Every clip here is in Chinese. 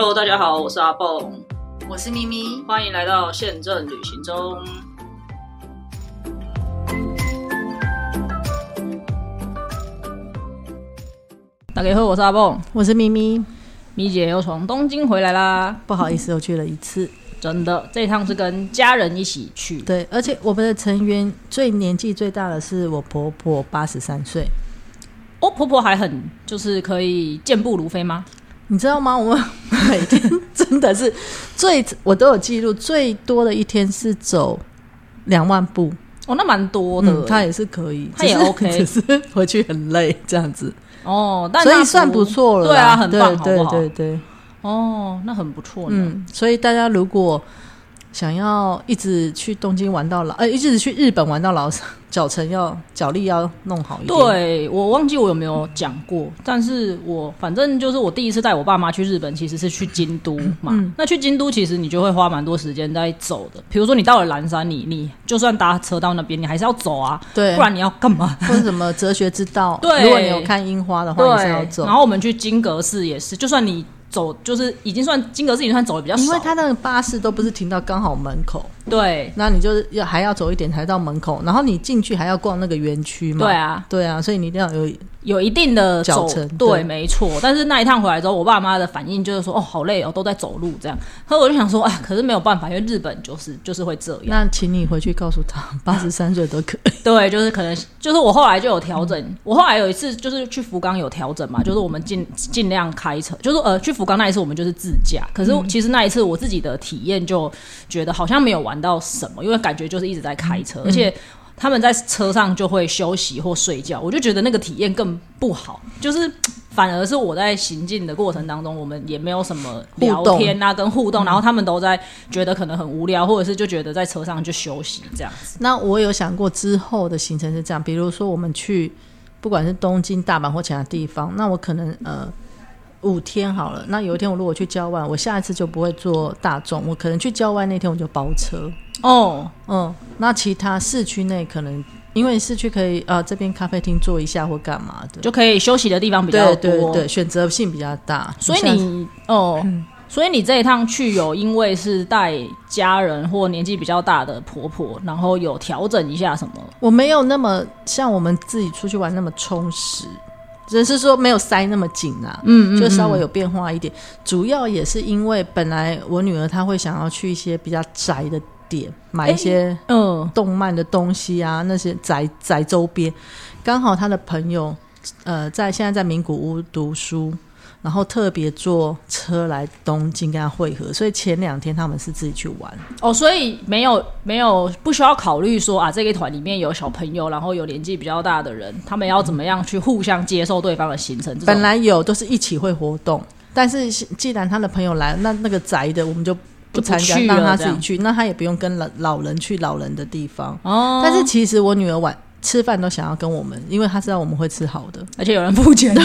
Hello， 大家好，我是阿蹦， 我是咪咪， 欢迎来到宪政旅行中。大家好，我是阿蹦， 我是咪咪。 咪姐又从东京回来啦， 不好意思，我去了一次。 真的，这一趟是跟家人一起去。 对，而且我们的成员年纪最大的是我婆婆，83岁。 哦，婆婆还很就是可以健步如飞吗？ 你知道吗？我们每天真的是我都有记录，最多的一天是走2万步。 哦，那蛮多的。 她也是可以， 她也 OK， 只是回去很累这样子。 哦，但所以算不错了啦。 对啊，很棒， 对好不好？ 对对对。 哦，那很不错呢。 所以大家如果想要一直去东京玩到老，一直去日本玩到老，脚力要弄好一点。 对，我忘记我有没有讲过，但是我反正就是我第一次带我爸妈去日本，其实是去京都嘛。那去京都其实你就会花蛮多时间在走的，比如说你到了岚山，你就算搭车到那边，你还是要走啊， 对， 不然你要干嘛？ 或者什么哲学之道， 对， 如果你有看樱花的话，你是要走。 然后我们去金阁寺也是，就算你走，就是已经算金阁寺已经算走的比较少， 因为他那个巴士都不是停到刚好门口， 对， 那你就是还要走一点才到门口，然后你进去还要逛那个园区嘛，对啊，所以你一定要有一定的脚程， 对，没错。但是那一趟回来之后，我爸妈的反应就是说，哦，好累哦，都在走路这样。可是我就想说，可是没有办法，因为日本就是会这样。 那请你回去告诉他，83岁都可以。 对，就是可能就是我后来就有调整，我后来有一次就是去福冈有调整嘛，就是我们尽量开车，就是去福冈那一次我们就是自驾。可是其实那一次我自己的体验就觉得好像没有玩到什么，因为感觉就是一直在开车，而且他们在车上就会休息或睡觉，我就觉得那个体验更不好，就是反而是我在行进的过程当中，我们也没有什么聊天啊跟互动，然后他们都在觉得可能很无聊，或者是就觉得在车上就休息这样子。 那我有想过之后的行程是这样，比如说我们去不管是东京、大阪或其他地方，那我可能5天好了，那有一天我如果去郊外，我下一次就不会坐大众，我可能去郊外那天我就包车。那其他市区内可能因为市区可以这边咖啡厅坐一下或干嘛的， 就可以休息的地方比较多， 对对对，选择性比较大。 所以所以你这一趟去有因为是带家人或年纪比较大的婆婆，然后有调整一下什么？ 我没有那么像我们自己出去玩那么充实，只是说没有塞那么紧啊，就稍微有变化一点。主要也是因为本来我女儿她会想要去一些比较宅的点，买一些动漫的东西啊，那些宅周边。刚好她的朋友现在在名古屋读书，然后特别坐车来东京跟他会合，所以前2天他们是自己去玩。 所以没有不需要考虑说这个团里面有小朋友，然后有年纪比较大的人，他们要怎么样去互相接受对方的行程。 本来有都是一起会活动，但是既然他的朋友来，那个宅的我们就不参加，让他自己去，那他也不用跟老人去老人的地方。但是其实我女儿吃饭都想要跟我们，因为她知道我们会吃好的， 而且有人付钱。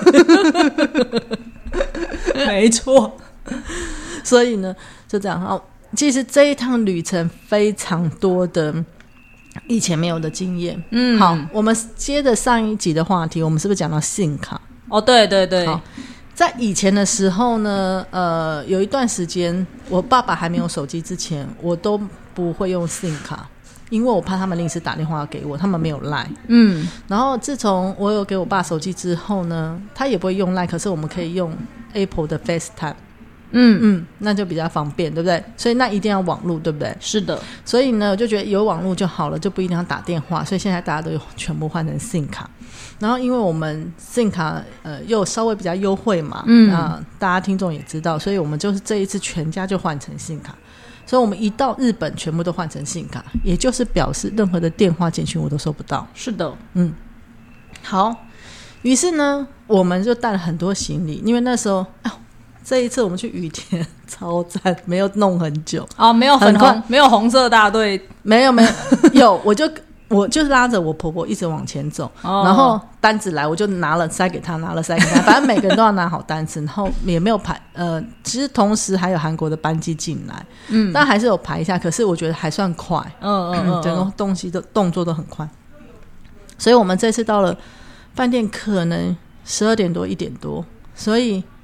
没错。 所以呢就这样。其实这一趟旅程非常多的以前没有的经验。好，我们接着上一集的话题，我们是不是讲到信卡？ 对对对。 好，在以前的时候呢，有一段时间我爸爸还没有手机之前，我都不会用信卡，因为我怕他们临时打电话给我，他们没有 LINE。然后自从我有给我爸手机之后呢，他也不会用 LINE， 可是我们可以用 Apple 的 FaceTime。那就比较方便，对不对？所以那一定要网路，对不对？ 是的。所以呢，我就觉得有网路就好了，就不一定要打电话。所以现在大家都全部换成 SIM 卡。然后因为我们 SIM 卡又稍微比较优惠嘛，大家听众也知道，所以我们就是这一次全家就换成 SIM 卡。所以我们一到日本全部都换成 SIM 卡，也就是表示任何的电话简讯我都收不到。 是的。 好，于是呢我们就带了很多行李，因为那时候这一次我们去羽田超赞，没有弄很久。 没有没有红色大队。 没有有我就拉着我婆婆一直往前走，然后单子来我就拿了塞给她，反正每个人都要拿好单子，然后也没有排其实同时还有韩国的班机进来，但还是有排一下，可是我觉得还算快，整个东西的动作都很快。所以我们这次到了饭店可能12点多1点多，所以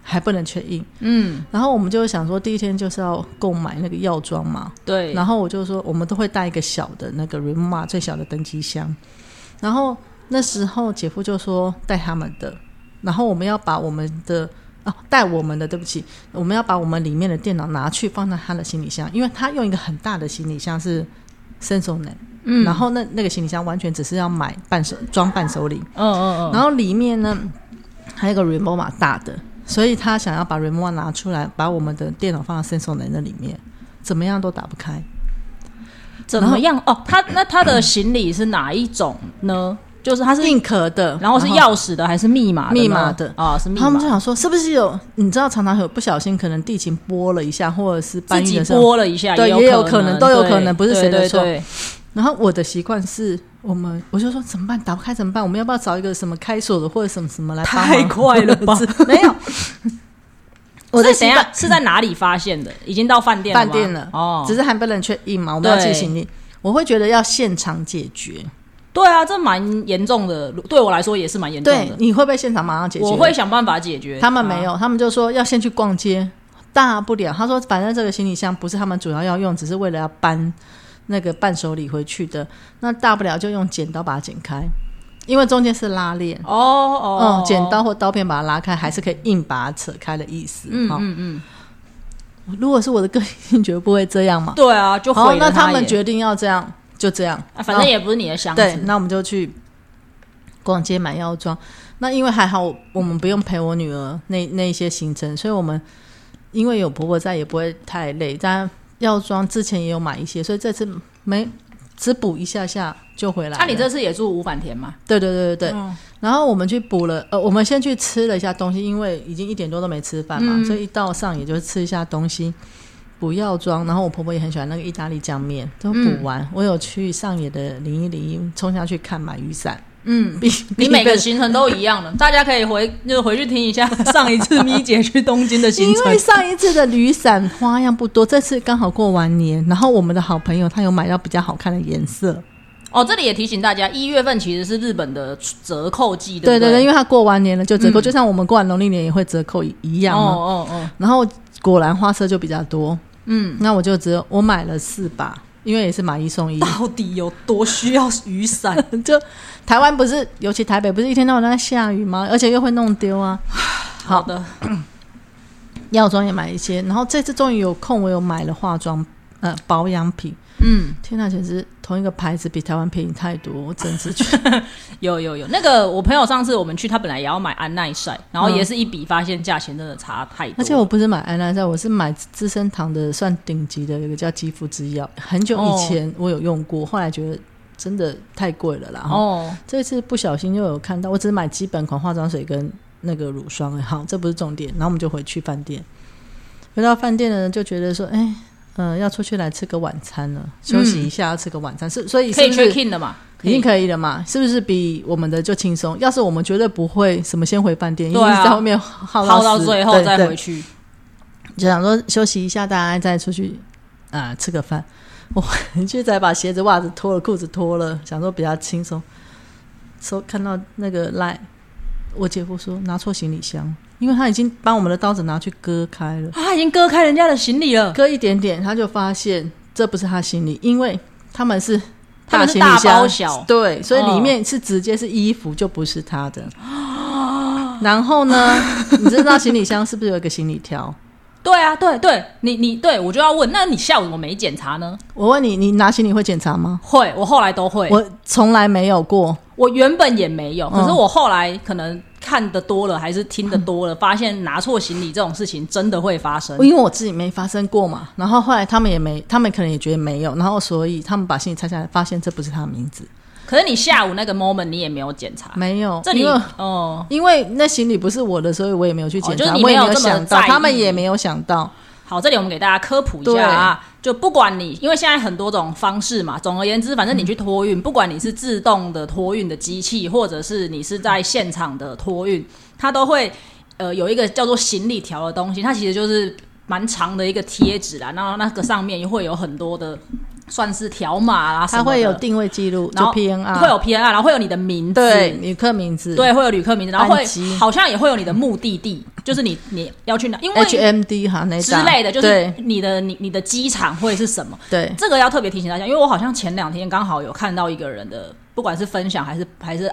还不能check in。然后我们就想说第一天就是要购买那个药妆嘛， 对， 然后我就说我们都会带一个小的那个 Remova 最小的登机箱，然后那时候姐夫就说带他们的，然后我们要把我们的带我们的，对不起，我们要把我们里面的电脑拿去放在他的行李箱，因为他用一个很大的行李箱是 Sensonet，然后那个行李箱完全只是要买装伴手礼，然后里面呢还有一个 Remova 大的，所以他想要把 Remova 拿出来，把我们的电脑放在 Sensonet 那里面，怎么样都打不开。 怎么样？他的行李是哪一种呢？就是它是硬壳的， 然后是钥匙的还是密码的？ 密码的是密码。 他们就想说是不是有，你知道常常有不小心可能地勤拨了一下，或者是搬运的时候自己拨了一下， 对，也有可能，都有可能，不是谁的错。 对， 然后我的习惯是我就说怎么办，打不开怎么办，我们要不要找一个什么开锁的或者什么什么来帮忙？ 太快了吧没有我的习惯是在哪里发现的？已经到饭店了吗？ 饭店了，只是还不能check in嘛，我们要寄行李，我会觉得要现场解决。 对啊，这蛮严重的，对我来说也是蛮严重的。 对，你会不会现场马上解决？ 我会想办法解决。 他们没有，他们就说要先去逛街，大不了他说反正这个行李箱不是他们主要用，只是为了要搬那个伴手礼回去的，那大不了就用剪刀把它剪开，因为中间是拉链剪刀或刀片把它拉开，还是可以硬把它扯开的意思。如果是我的个性绝不会这样嘛。 对啊，就毁了那他们决定要这样就这样， 反正也不是你的箱子。 对，那我们就去逛街买药妆。那因为还好我们不用陪我女儿那一些行程，所以我们因为有婆婆在也不会太累，但药妆之前也有买一些，所以这次只补一下下就回来了。 你这次也住五反田吗？ 对，然后我们去补了我们先去吃了一下东西，因为已经1点多都没吃饭嘛，所以一到上也就吃一下东西补药妆，然后我婆婆也很喜欢那个意大利酱面，都补完。我有去上野的0101冲下去看买雨伞。 你每个行程都一样的，大家可以回去听一下上一次咪姐去东京的行程。 因为上一次的雨伞花样不多，这次刚好过完年，然后我们的好朋友他有买到比较好看的颜色。 这里也提醒大家，1月份其实是日本的折扣季， 对不对？对，因为他过完年了就折扣，就像我们过完农历年也会折扣一样嘛。然后果然花色就比较多。那我买了4把，因为也是买1送1。 到底有多需要雨伞？ 就台湾不是，尤其台北不是一天到晚都在下雨吗？而且又会弄丢啊。 好的， 药妆也买一些，然后这次终于有空，我有买了化妆保养品。天哪，简直同一个牌子比台湾便宜太多，我真是觉得有那个我朋友上次我们去，他本来也要买安耐晒，然后也是一比发现价钱真的差太多。 而且我不是买安耐晒，我是买资生堂的算顶级的，有个叫肌肤之钥，很久以前我有用过，后来觉得真的太贵了啦。这次不小心又有看到，我只是买基本款化妆水跟那个乳霜，好，这不是重点。然后我们就回去饭店，回到饭店呢就觉得说要出去来吃个晚餐了，休息一下要吃个晚餐，所以是不是可以 check in 的嘛？ 已经可以了嘛？是不是比我们的就轻松？要是我们绝对不会什么先回饭店，一定是在后面耗到最后再回去。 就想说休息一下，大家再出去吃个饭。我回去再把鞋子袜子脱了，裤子脱了，想说比较轻松。看到那个赖，我姐夫说拿错行李箱，因为他已经把我们的刀子拿去割开了。 他已经割开人家的行李了， 割一点点，他就发现这不是他行李，因为他们是大行李箱， 大包小， 对，所以里面是直接是衣服，就不是他的。然后呢，你知道行李箱是不是有一个行李条？ 对啊，对，你对我就要问，那你下午怎么没检查呢？ 我问你，你拿行李会检查吗？ 会，我后来都会。 我从来没有过， 我原本也没有，可是我后来可能看得多了，还是听得多了，发现拿错行李这种事情真的会发生。 因为我自己没发生过嘛，然后后来他们可能也觉得没有，然后所以他们把行李拆下来，发现这不是他的名字。 可是你下午那个 moment 你也没有检查？ 没有， 这里因为那行李不是我的，所以我也没有去检查。 就是你没有这么在意， 他们也没有想到。 好，这里我们给大家科普一下啊，就不管你，因为现在很多种方式嘛，总而言之，反正你去托运，不管你是自动的托运的机器，或者是你是在现场的托运，它都会有一个叫做行李条的东西，它其实就是蛮长的一个贴纸啦，然后那个上面会有很多的算是条码啊什么的， 它会有定位记录，就 PNR 会有 PNR， 然后会有你的名字， 对，旅客名字， 对，会有旅客名字，然后会好像也会有你的目的地，就是你要去哪，因为 HMD 哈那之类的，就是你的机场会是什么？ 对， 这个要特别提醒大家，因为我好像前2天刚好有看到一个人的，不管是分享还是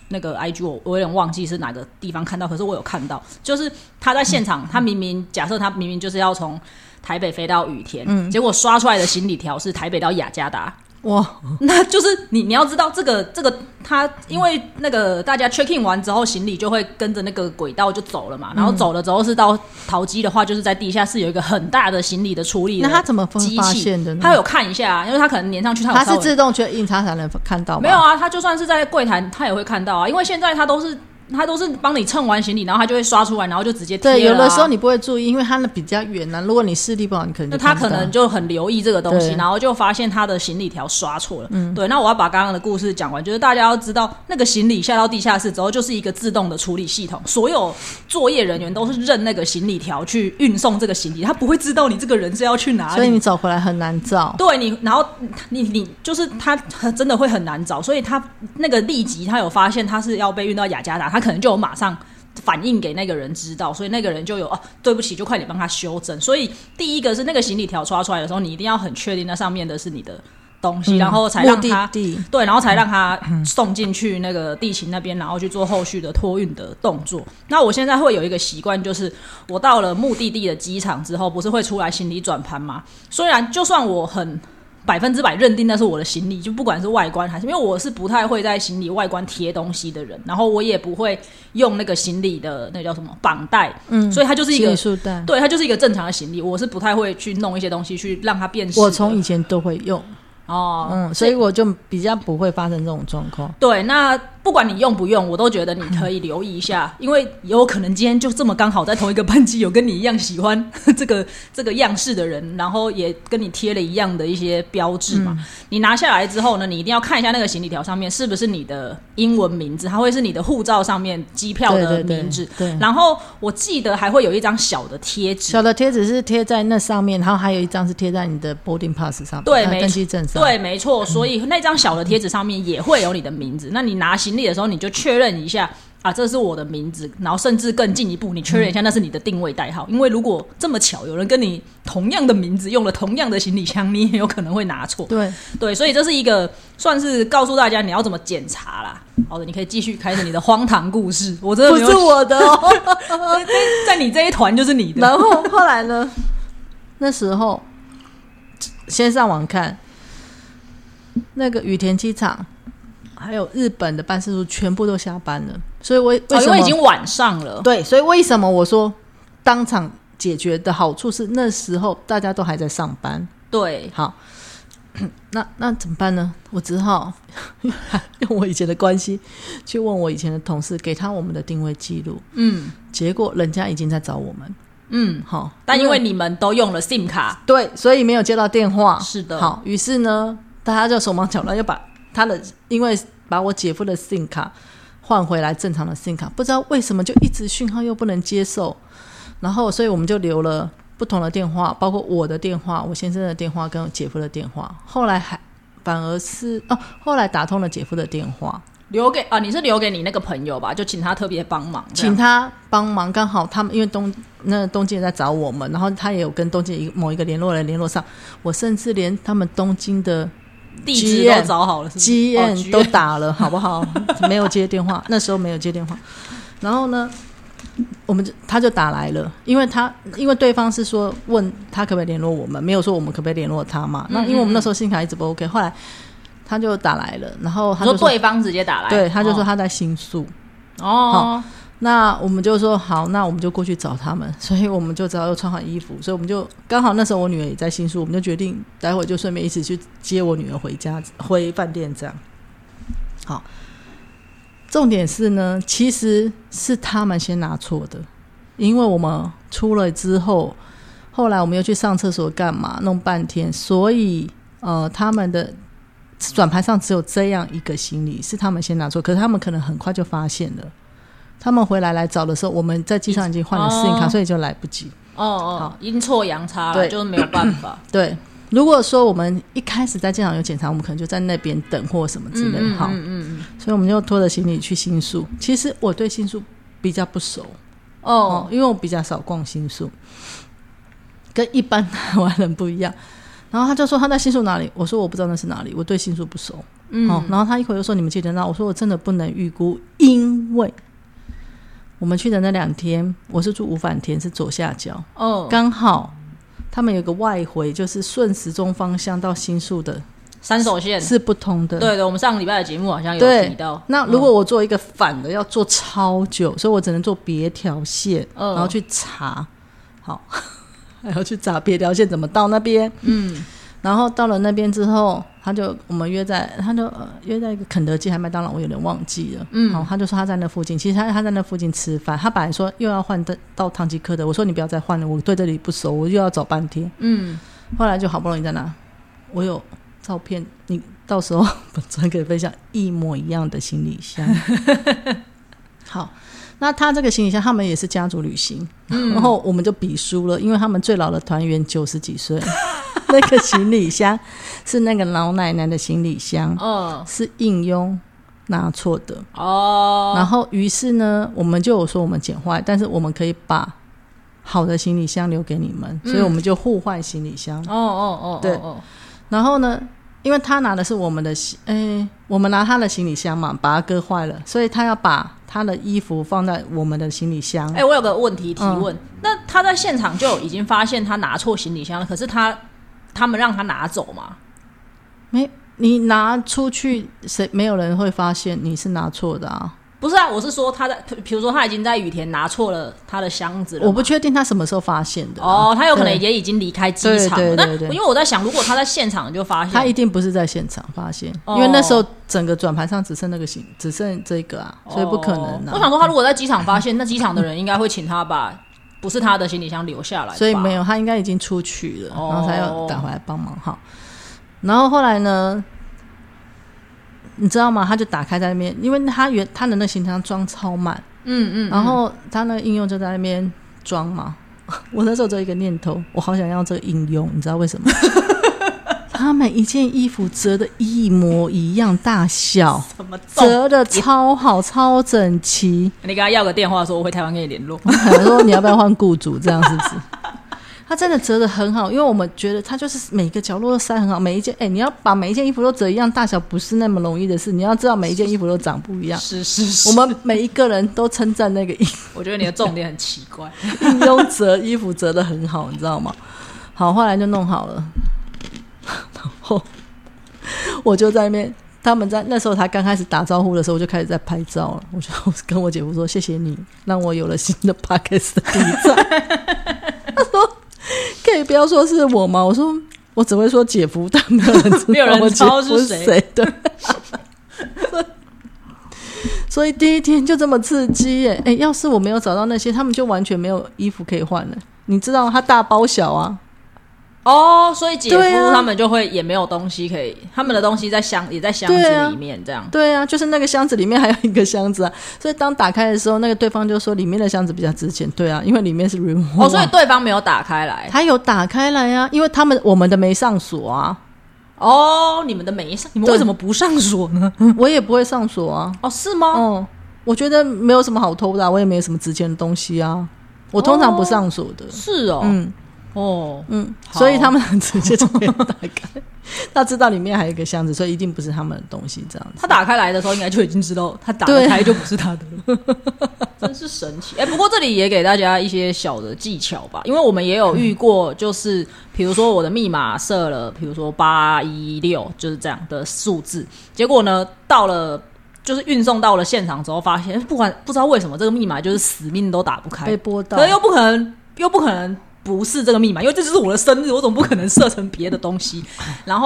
IG， 我有点忘记是哪个地方看到，可是我有看到，就是他在现场，他明明假设他明明就是要从台北飞到羽田，结果刷出来的行李条是台北到雅加达。 哇， 那就是你要知道这个他因为那个大家 check in 完之后，行李就会跟着那个轨道就走了嘛，然后走了之后是到桃机的话，就是在地下室有一个很大的行李的处理的机器。 那他怎么发现的呢？ 他有看一下，因为他可能粘上去， 他是自动check in他才能看到吗？ 没有啊，他就算是在柜台他也会看到啊，因为现在他都是帮你称完行李，然后他就会刷出来，然后就直接贴了、啊。 对，有的时候你不会注意，因为他那比较远啊。如果你视力不好，你可能就看不到。 那他可能就很留意这个东西，然后就发现他的行李条刷错了。对。那我要把刚刚的故事讲完，就是大家要知道，那个行李下到地下室之后，就是一个自动的处理系统，所有作业人员都是认那个行李条去运送这个行李，他不会知道你这个人是要去哪里， 所以你找回来很难找。 对你，然后你就是他真的会很难找，所以他那个立即他有发现他是要被运到雅加达，他可能就有马上反映给那个人知道，所以那个人就有对不起，就快点帮他修正。所以第一个是那个行李条刷出来的时候，你一定要很确定那上面的是你的东西，然后才让他对，然后才让他送进去那个地勤那边，然后去做后续的托运的动作。那我现在会有一个习惯，就是我到了目的地的机场之后，不是会出来行李转盘吗？虽然就算我很100%认定那是我的行李，就不管是外观还是，因为我是不太会在行李外观贴东西的人，然后我也不会用那个行李的那个叫什么绑带，所以它就是一个行李束带， 对，它就是一个正常的行李，我是不太会去弄一些东西去让它辨识。 我从以前都会用所以我就比较不会发生这种状况。 对，那不管你用不用，我都觉得你可以留意一下，因为有可能今天就这么刚好在同一个班机有跟你一样喜欢这个样式的人，然后也跟你贴了一样的一些标志嘛。你拿下来之后呢，你一定要看一下那个行李条上面是不是你的英文名字，它会是你的护照上面机票的名字。 对， 然后我记得还会有一张小的贴纸， 小的贴纸是贴在那上面，然后还有一张是贴在你的 boarding pass 上面， 对， 登机证上。 对，没错。所以那张小的贴纸上面也会有你的名字。那你拿行李的时候，你就确认一下啊，这是我的名字，然后甚至更进一步，你确认一下那是你的定位代号。因为如果这么巧有人跟你同样的名字用了同样的行李箱，你也有可能会拿错。对，所以这是一个算是告诉大家你要怎么检查啦。好的，你可以继续开始你的荒唐故事。我真的没有不是我的哦在你这一团就是你的。 然后后来呢？那时候先上网看那个羽田机场还有日本的办事处全部都下班了，所以为什么因为已经晚上了。 对，所以为什么我说当场解决的好处是那时候大家都还在上班。 对， 好，那怎么办呢？我只好用我以前的关系去问我以前的同事，给他我们的定位记录。结果人家已经在找我们。好， 但因为你们都用了 SIM 卡， 对，所以没有接到电话。 是的。 好，于是呢，大家就手忙脚乱，又把他的，因为把我姐夫的 SIM 卡换回来正常的 SIM 卡，不知道为什么就一直讯号又不能接受，然后所以我们就留了不同的电话，包括我的电话、我先生的电话跟姐夫的电话。后来反而是后来打通了姐夫的电话。 你是留给你那个朋友吧，就请他特别帮忙， 请他帮忙。刚好他们因为东京在找我们，然后他也有跟东京某一个联络人联络上，我甚至连他们东京的地址都找好了，是不是 GM 都打了，好不好？没有接电话，那时候没有接电话。然后呢，他就打来了，因为对方是说问他可不可以联络我们，没有说我们可不可以联络他嘛。那因为我们那时候信卡一直不 OK， 后来他就打来了，然后他就说对方直接打来， 对，他就说他在新宿。好，那我们就说好，那我们就过去找他们，所以我们就只好又穿好衣服，所以我们就刚好那时候我女儿也在新宿，我们就决定待会就顺便一起去接我女儿回饭店这样。好，重点是呢，其实是他们先拿错的，因为我们出了之后，后来我们又去上厕所干嘛，弄半天，所以他们的转盘上只有这样一个行李是他们先拿错，可是他们可能很快就发现了，他们回来找的时候，我们在机上已经换了SIM卡，所以就来不及。 阴错阳差了，就是没有办法。 对， 如果说我们一开始在机场有检查，我们可能就在那边等或什么之类的。好，所以我们就拖着行李去新宿。其实我对新宿比较不熟因为我比较少逛新宿，跟一般台湾人不一样。然后他就说他在新宿哪里，我说我不知道那是哪里，我对新宿不熟。然后他一会儿又说你们记得那，我说我真的不能预估，因为我们去的那2天，我是住五反田，是左下角刚好他们有个外回，就是顺时钟方向到新宿的三手线是不通的。 对的，我们上个礼拜的节目好像有提到。 那如果我做一个反的，要做超久，所以我只能做别条线，然后去查，好，还要去查别条线怎么到那边。然后到了那边之后，我们约在一个肯德基还麦当劳，我有点忘记了。他就说他在那附近，其实他在那附近吃饭。他本来说又要换到唐吉诃德，我说你不要再换了，我对这里不熟，我又要找半天。后来就好不容易在那，我有照片，你到时候本专可以分享一模一样的行李箱。好，那他这个行李箱他们也是家族旅行，然后我们就比输了，因为他们最老的团员90几岁。那个行李箱是那个老奶奶的行李箱，是应用拿错的然后于是呢我们就有说我们捡坏，但是我们可以把好的行李箱留给你们，所以我们就互换行李箱。对。然后呢因为他拿的是我们的我们拿他的行李箱嘛，把它割坏了，所以他要把他的衣服放在我们的行李箱。 我有个问题提问，那他在现场就已经发现他拿错行李箱了，可是他们让他拿走吗？ 没，你拿出去没有人会发现你是拿错的啊。 不是啊，我是说他在，比如说他已经在羽田拿错了他的箱子了， 我不确定他什么时候发现的他有可能也已经离开机场了。 对， 因为我在想，如果他在现场就发现， 他一定不是在现场发现，因为那时候整个转盘上只剩这个啊，所以不可能啊。 我想说他如果在机场发现，那机场的人应该会请他把不是他的行李箱留下来， 所以没有，他应该已经出去了，然后才要赶回来帮忙。好，然后后来呢你知道吗，他就打开在那边，因为他的那行李箱装超满，然后他那个应用就在那边装嘛。我那时候只有一个念头，我好想要这个应用，你知道为什么？他每一件衣服折的一模一样大小，折的超好超整齐。 你跟他要个电话说我回台湾跟你联络， 他说你要不要换雇主，这样是不是？他真的折得很好，因为我们觉得他就是每个角落都塞很好，每一件你要把每一件衣服都折一样大小不是那么容易的事，你要知道每一件衣服都长不一样。 是我们每一个人都称赞那个衣服。 我觉得你的重点很奇怪。 应用折衣服折得很好，你知道吗？好，后来就弄好了，然后我就在那边，他们在那时候他刚开始打招呼的时候，我就开始在拍照了。我就跟我姐夫说：“谢谢你，让我有了新的 podcast 的题材。”他说：“可以不要说是我吗？”我说：“我只会说姐夫，但没有人知道没有人知道是谁。” 对。所以第一天就这么刺激耶！要是我没有找到那些，他们就完全没有衣服可以换了。你知道他大包小啊。 所以姐夫他们就会也没有东西可以，他们的东西也在箱子里面这样。 对啊，就是那个箱子里面还有一个箱子啊，所以当打开的时候，那个对方就说里面的箱子比较值钱。对啊，因为里面是 remove 所以对方没有打开来。 他有打开来啊，因为我们的没上锁啊。 你们的没上，你们为什么不上锁呢？ 我也不会上锁啊。 是吗？ 我觉得没有什么好偷的我也没有什么值钱的东西啊，我通常不上锁的。 是所以他们很直接就没有打开。他知道里面还有一个箱子，所以一定不是他们的东西这样子。 他打开来的时候应该就已经知道他打开就不是他的了。真是神奇。不过这里也给大家一些小的技巧吧，因为我们也有遇过，就是比如说我的密码设了比如说816就是这样的数字，结果呢到了就是运送到了现场之后发现不知道为什么这个密码就是死命都打不开， 被拨到， 可是又不可能不是这个密码，因为这就是我的生日，我总不可能设成别的东西。然后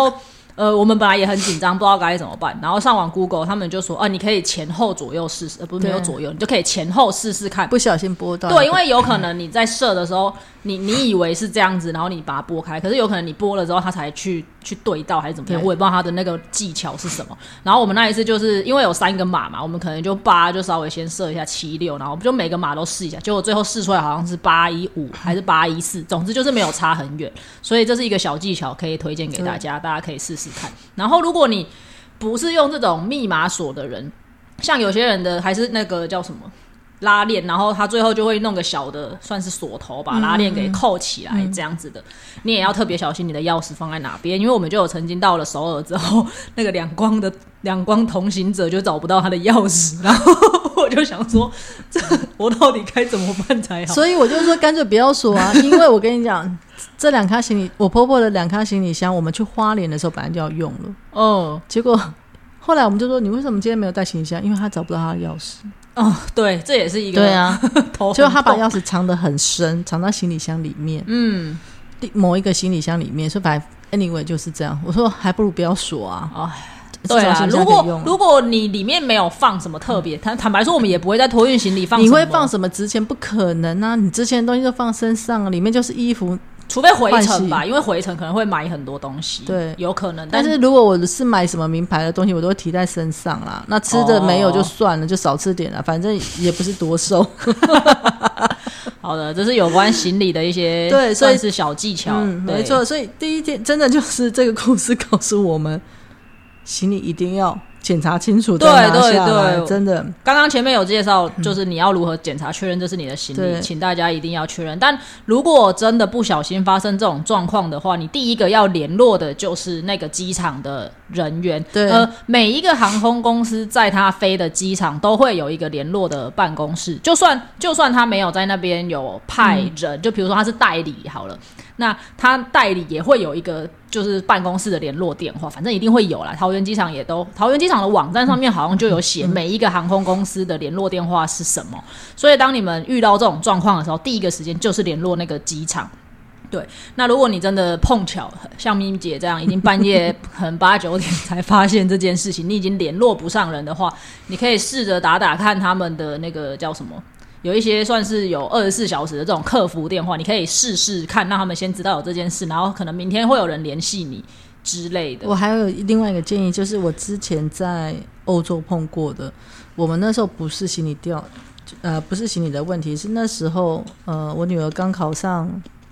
我们本来也很紧张，不知道该怎么办。然后上网 Google， 他们就说你可以前后左右试试，不是没有左右，你就可以前后试试看。 不小心拨到。 对，因为有可能你在射的时候，你以为是这样子，然后你把它拨开，可是有可能你拨了之后，它才去对到还是怎么样，我也不知道它的那个技巧是什么。然后我们那一次就是因为有3个码嘛，我们可能就8就稍微先射一下7、6，然后就每个码都试一下，结果最后试出来好像是815还是814，总之就是没有差很远。所以这是一个小技巧，可以推荐给大家，大家可以试试看。然后如果你不是用这种密码锁的人，像有些人的还是那个叫什么拉链，然后他最后就会弄个小的算是锁头把拉链给扣起来，这样子的你也要特别小心你的钥匙放在哪边。因为我们就有曾经到了首尔之后，那个两光同行者就找不到他的钥匙，然后我就想说我到底该怎么办才好。 所以我就说干脆不要锁啊，因为我跟你讲这2卡行李，我婆婆的2卡行李箱我们去花莲的时候本来就要用了，结果后来我们就说你为什么今天没有带行李箱，因为他找不到他的钥匙。 对，这也是一个对啊就他把钥匙藏得很深，藏到行李箱里面，某一个行李箱里面，所以反正 anyway 就是这样。我说还不如不要锁啊。 对啊，如果你里面没有放什么特别，坦白说我们也不会在托运行李放什么。 你会放什么值钱？不可能啊，你值钱的东西就放身上，里面就是衣服， 除非回程吧，因为回程可能会买很多东西，对，有可能。 但是如果我是买什么名牌的东西，我都会提在身上啦。那吃的没有就算了，就少吃点啦，反正也不是多瘦。 好的，这是有关行李的一些对算是小技巧， 没错。所以第一天真的就是这个故事告诉我们，行李一定要检查清楚再拿下来。对，真的。刚刚前面有介绍，就是你要如何检查确认这是你的行李，请大家一定要确认。但如果真的不小心发生这种状况的话，你第一个要联络的就是那个机场的人员。对，每一个航空公司在他飞的机场都会有一个联络的办公室，就算他没有在那边有派人，就比如说他是代理好了，那他代理也会有一个就是办公室的联络电话，反正一定会有啦。桃园机场的网站上面好像就有写每一个航空公司的联络电话是什么，所以当你们遇到这种状况的时候，第一个时间就是联络那个机场。对，那如果你真的碰巧像咪咪姐这样已经半夜可能8、9点才发现这件事情，你已经联络不上人的话，你可以试着打看他们的那个叫什么，有一些算是有24小时的这种客服电话，你可以试试看，让他们先知道有这件事，然后可能明天会有人联系你之类的。 我还有另外一个建议，就是我之前在欧洲碰过的，我们那时候不是行李不是行李的问题，是那时候我女儿刚考上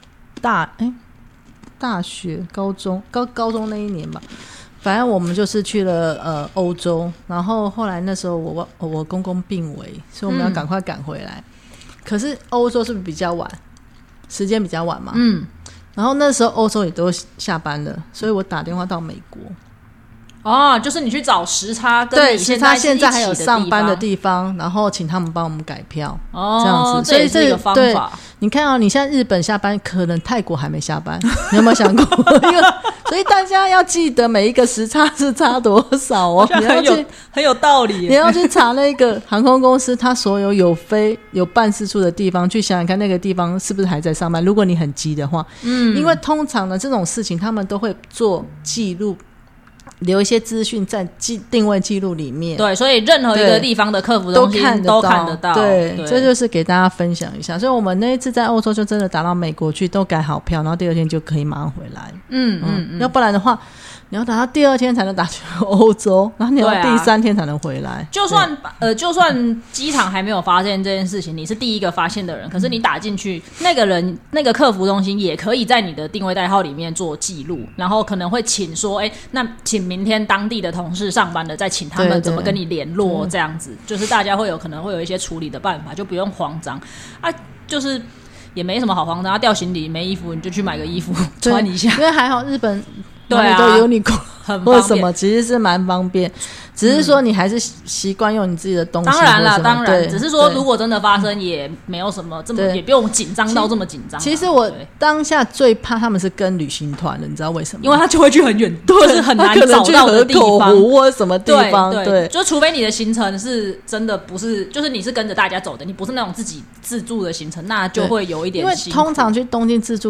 大学高中那一年吧，反正我们就是去了欧洲，然后后来那时候我公公病危，所以我们要赶快赶回来。可是欧洲是不是比较晚，时间比较晚嘛？然后那时候欧洲也都下班了，所以我打电话到美国。 就是你去找时差跟你现在还有上班的地方，然后请他们帮我们改票，这样子。 这也是一个方法。 你看你现在日本下班，可能泰国还没下班，你有没有想过？所以大家要记得每一个时差是差多少哦。 很有道理。 你要去查那个航空公司，它所有有办事处的地方，去想想看那个地方是不是还在上班。如果你很急的话，因为通常呢这种事情他们都会做记录。留一些资讯在定位记录里面， 对，所以任何一个地方的客服中心都看得到。 对，这就是给大家分享一下。所以我们那一次在欧洲就真的打到美国去，都改好票，然后第二天就可以马上回来。要不然的话，你要打到第二天才能打去欧洲，然后你要第3天才能回来。就算机场还没有发现这件事情，你是第一个发现的人，可是你打进去，那个客服中心也可以在你的定位代号里面做记录，然后可能会请说，那请明天当地的同事上班的，再请他们怎么跟你联络，这样子，就是大家可能会有一些处理的办法，就不用慌张啊，就是也没什么好慌张，掉行李没衣服你就去买个衣服穿一下， 因为还好日本对啊都有你很或什么，其实是蛮方便，只是说你还是习惯用你自己的东西。 当然啦，当然，只是说如果真的发生，也没有什么这么，也不用紧张到这么紧张。 其实我当下最怕他们是跟旅行团的，你知道为什么？ 因为他就会去很远，就是很难找到的地方， 或什么地方。对， 就除非你的行程是真的不是，就是你是跟着大家走的，你不是那种自己自助的行程，那就会有一点辛苦。 因为通常去东京自助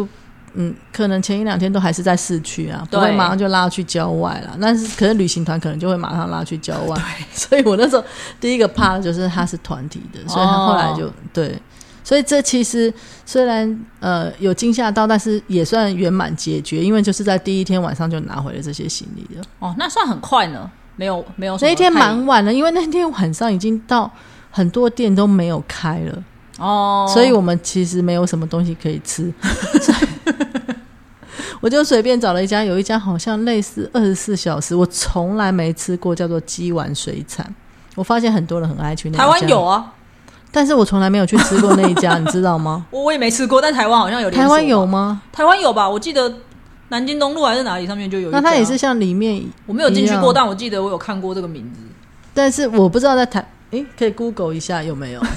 可能前1-2天都还是在市区啊，不会马上就拉去郊外啦。但是可是旅行团可能就会马上拉去郊外，所以我那时候第一个怕的就是他是团体的，所以他后来就对。所以这其实虽然有惊吓到，但是也算圆满解决，因为就是在第一天晚上就拿回了这些行李了。 哦，那算很快呢，没有什么。 那一天蛮晚了，因为那天晚上已经到很多店都没有开了哦，所以我们其实没有什么东西可以吃，我就随便找了有一家好像类似24小时，我从来没吃过，叫做鸡丸水产。我发现很多人很爱去那家， 台湾有啊。 但是我从来没有去吃过那一家，你知道吗？ 我也没吃过，但台湾好像有连锁。 台湾有吗？ 台湾有吧？我记得南京东路还是哪里上面就有一家。 那它也是像里面， 我没有进去过，但我记得我有看过这个名字。 但是我不知道在可以 Google 一下有没有。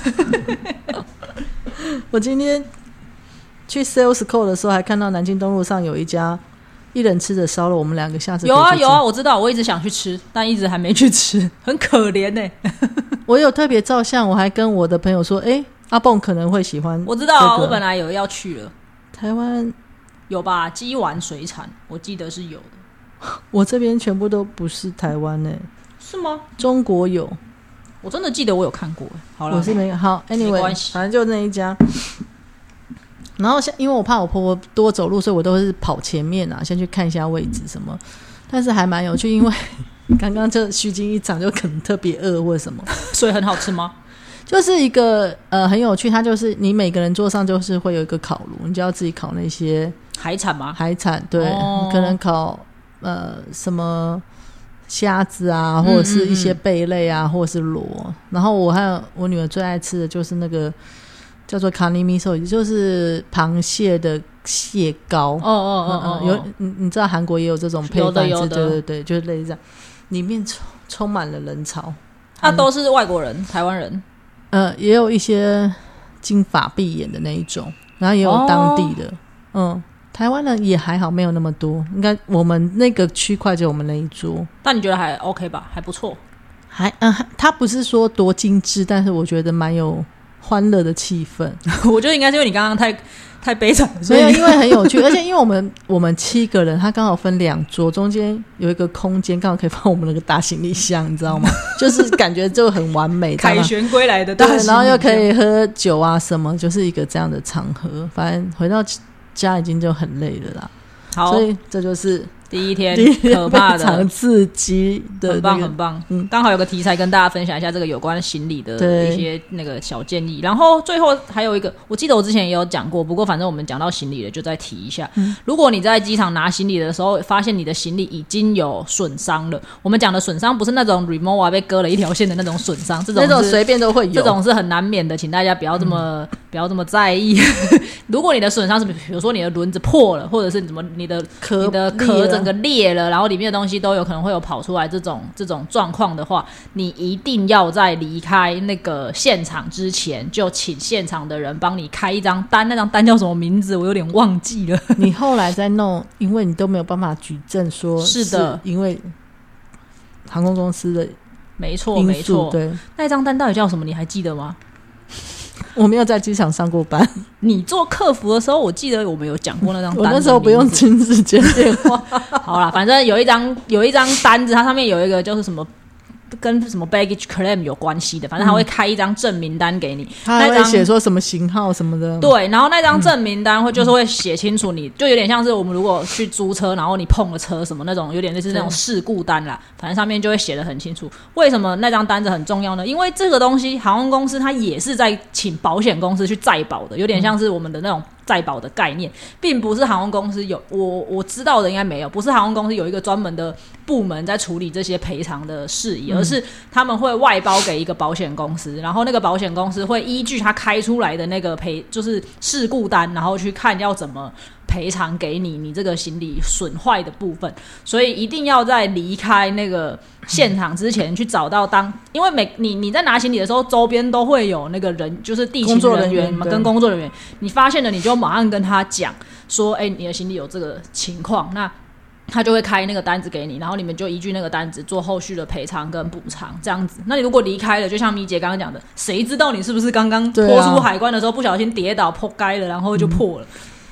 我今天去 Sales Call 的时候，还看到南京东路上有一家一人吃的烧肉，我们2个下次可以去吃。 有啊，我知道，我一直想去吃，但一直还没去吃，很可怜欸。 我有特别照相，我还跟我的朋友说阿蹦可能会喜欢。 我知道啊，我本来有要去了。 台湾有吧？鸡丸水产我记得是有的。 我这边全部都不是台湾欸。 是吗？ 中国有， 我真的记得我有看过。好了， 我是没有。好 anyway 反正就那一家。然后因为我怕我婆婆多走路，所以我都是跑前面啊，先去看一下位置什么。但是还蛮有趣，因为刚刚就虚惊一场，就可能特别饿或什么。 所以很好吃吗？ 就是一个很有趣，它就是你每个人桌上就是会有一个烤炉，你就要自己烤那些海产吗？ 海产，对，可能烤什么虾子啊，或者是一些贝类啊，或者是螺。然后我还有我女儿最爱吃的就是那个叫做卡尼米寿，也就是螃蟹的蟹膏。有你知道韩国也有这种配饭吃，对对对，就是类似这样，里面充满了人潮。 都是外国人，台湾人。 也有一些金发碧眼的那一种，然后也有当地的。台湾人也还好，没有那么多，应该我们那个区块就我们那一桌。 但你觉得还 OK 吧？还不错。 它不是说多精致，但是我觉得蛮有欢乐的气氛。 我觉得应该是因为你刚刚太悲惨了，所以没有，因为很有趣，而且因为我们7个人，它刚好分2桌，中间有一个空间，刚好可以放我们那个大行李箱，你知道吗？就是感觉就很完美， 凯旋归来的大行李箱， 对，然后又可以喝酒啊什么，就是一个这样的场合。反正回到家已经就很累了啦。好，所以这就是第一天可怕的非常刺激的、 很棒很棒。刚好有个题材跟大家分享一下这个有关行李的一些那个小建议。然后最后还有一个，我记得我之前也有讲过，不过反正我们讲到行李了就再提一下。如果你在机场拿行李的时候发现你的行李已经有损伤了，我们讲的损伤不是那种 remote 被割了一条线的那种损伤，这种随便都会有， 这种是很难免的，请大家不要这么在意。如果你的损伤是比如说你的轮子破了，或者是你的壳整个裂了，然后里面的东西都有可能会有跑出来这种状况的话，你一定要在离开那个现场之前就请现场的人帮你开一张单。那张单叫什么名字我有点忘记了。 你后来再弄，因为你都没有办法举证说是的， 因为航空公司的没错没错。 对， 那张单到底叫什么你还记得吗？ 我没有在机场上过班。 你做客服的时候，我记得我们有讲过那张单。 我那时候不用亲自接电话。 好啦，反正有一张单子，它上面有一个就是什么跟什么 baggage claim 有关系的，反正他会开一张证明单给你， 他还会写说什么型号什么的。 对，然后那张证明单就是会写清楚你，就有点像是我们如果去租车，然后你碰了车什么那种，有点类似那种事故单啦，反正上面就会写得很清楚。为什么那张单子很重要呢？因为这个东西航空公司它也是在请保险公司去载保的，有点像是我们的那种载保的概念，并不是航空公司有我知道的应该没有，不是航空公司有一个专门的部门在处理这些赔偿的事宜，而是他们会外包给一个保险公司，然后那个保险公司会依据他开出来的那个就是事故单，然后去看要怎么赔偿给你这个行李损坏的部分。所以一定要在离开那个现场之前去找到因为你在拿行李的时候，周边都会有那个人，就是地勤人员跟工作人员，你发现了你就马上跟他讲说，你的行李有这个情况，那他就会开那个单子给你，然后你们就依据那个单子做后续的赔偿跟补偿这样子。那你如果离开了，就像咪姐刚刚讲的，谁知道你是不是刚刚拖出海关的时候不小心跌倒破街了，然后就破了。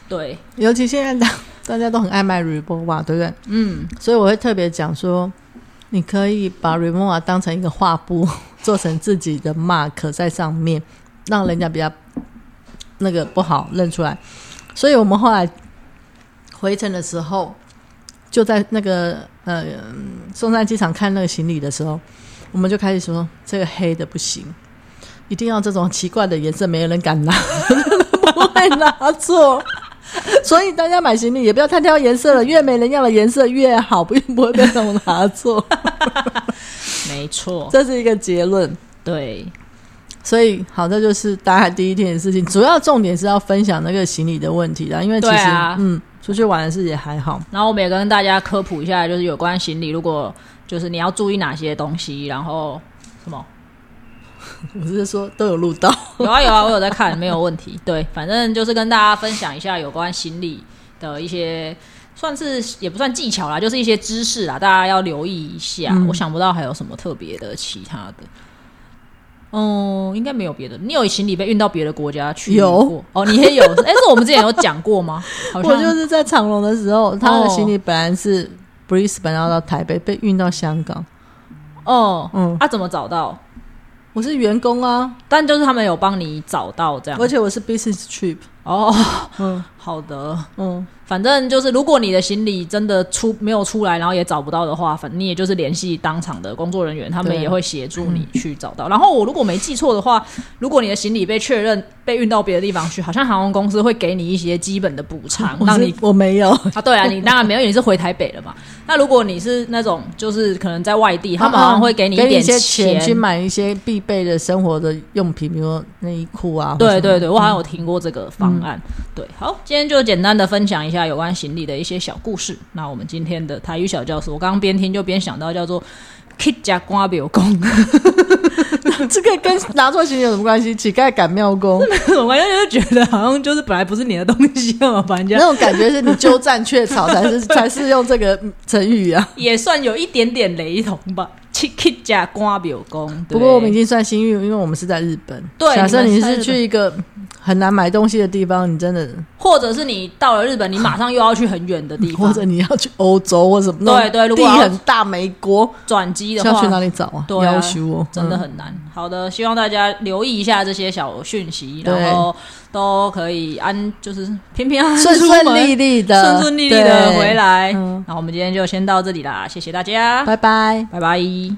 对， 尤其现在大家都很爱卖 Rimowa， 对不对？所以我会特别讲说，你可以把 Rimowa 当成一个画布，做成自己的 mark 在上面，让人家比较那个不好认出来。所以我们后来回程的时候，就在那个松山机场看那个行李的时候，我们就开始说这个黑的不行，一定要这种奇怪的颜色，没有人敢拿，不会拿错。所以大家买行李也不要太挑颜色了，越没人要的颜色越好，不会被那种拿错。 没错， 这是一个结论。 对， 所以好，这就是大概第一天的事情，主要重点是要分享那个行李的问题啦，因为其实、出去玩的事也还好。 然后我们也跟大家科普一下，就是有关行李，如果就是你要注意哪些东西，然后什么。 我是说都有录到。 有啊，我有在看，没有问题。对，反正就是跟大家分享一下有关行李的一些，算是也不算技巧啦，就是一些知识啦，大家要留意一下。我想不到还有什么特别的其他的。应该没有别的。你有行李被运到别的国家去过？ 有哦，你也有？是我们之前有讲过吗？好像我就是在长隆的时候，他的行李本来是 Brisbane 要到台北，被运到香港。 怎么找到？ 我是员工啊， 但就是他们有帮你找到这样， 而且我是 business trip。 好的，反正就是如果你的行李真的没有出来，然后也找不到的话，反正你也就是联系当场的工作人员，他们也会协助你去找到。然后我如果没记错的话，如果你的行李被确认被运到别的地方去，好像航空公司会给你一些基本的补偿，让你我没有啊，对啊，你当然没有，因为你是回台北了嘛。那如果你是那种就是可能在外地，他们好像会给你一点钱去买一些必备的生活的用品，比如说内衣裤啊。 对对对，我好像有听过这个方案。对，好，今天就简单的分享一下有关行李的一些小故事。那我们今天的台语小教室，我刚刚边听就边想到叫做乞丐赶庙公， 这个跟拿错行李有什么关系？乞丐赶庙公， 我完全就觉得好像就是本来不是你的东西嘛，把人家那种感觉是你鸠占鹊巢才是用这个成语啊， 也算有一点点雷同吧。乞丐赶庙公， 不过我们已经算幸运，因为我们是在日本。 对， 假设你是去一个很难买东西的地方，你真的， 或者是你到了日本，你马上又要去很远的地方， 或者你要去欧洲或什么， 对对，如果地很大，美国转机的话， 要去哪里找啊？ 对啊， 要求哦， 真的很难。好的，希望大家留意一下这些小讯息，然后都可以就是平平安安、 顺顺利利的、 回来。然后我们今天就先到这里啦，谢谢大家， 拜拜， 拜拜。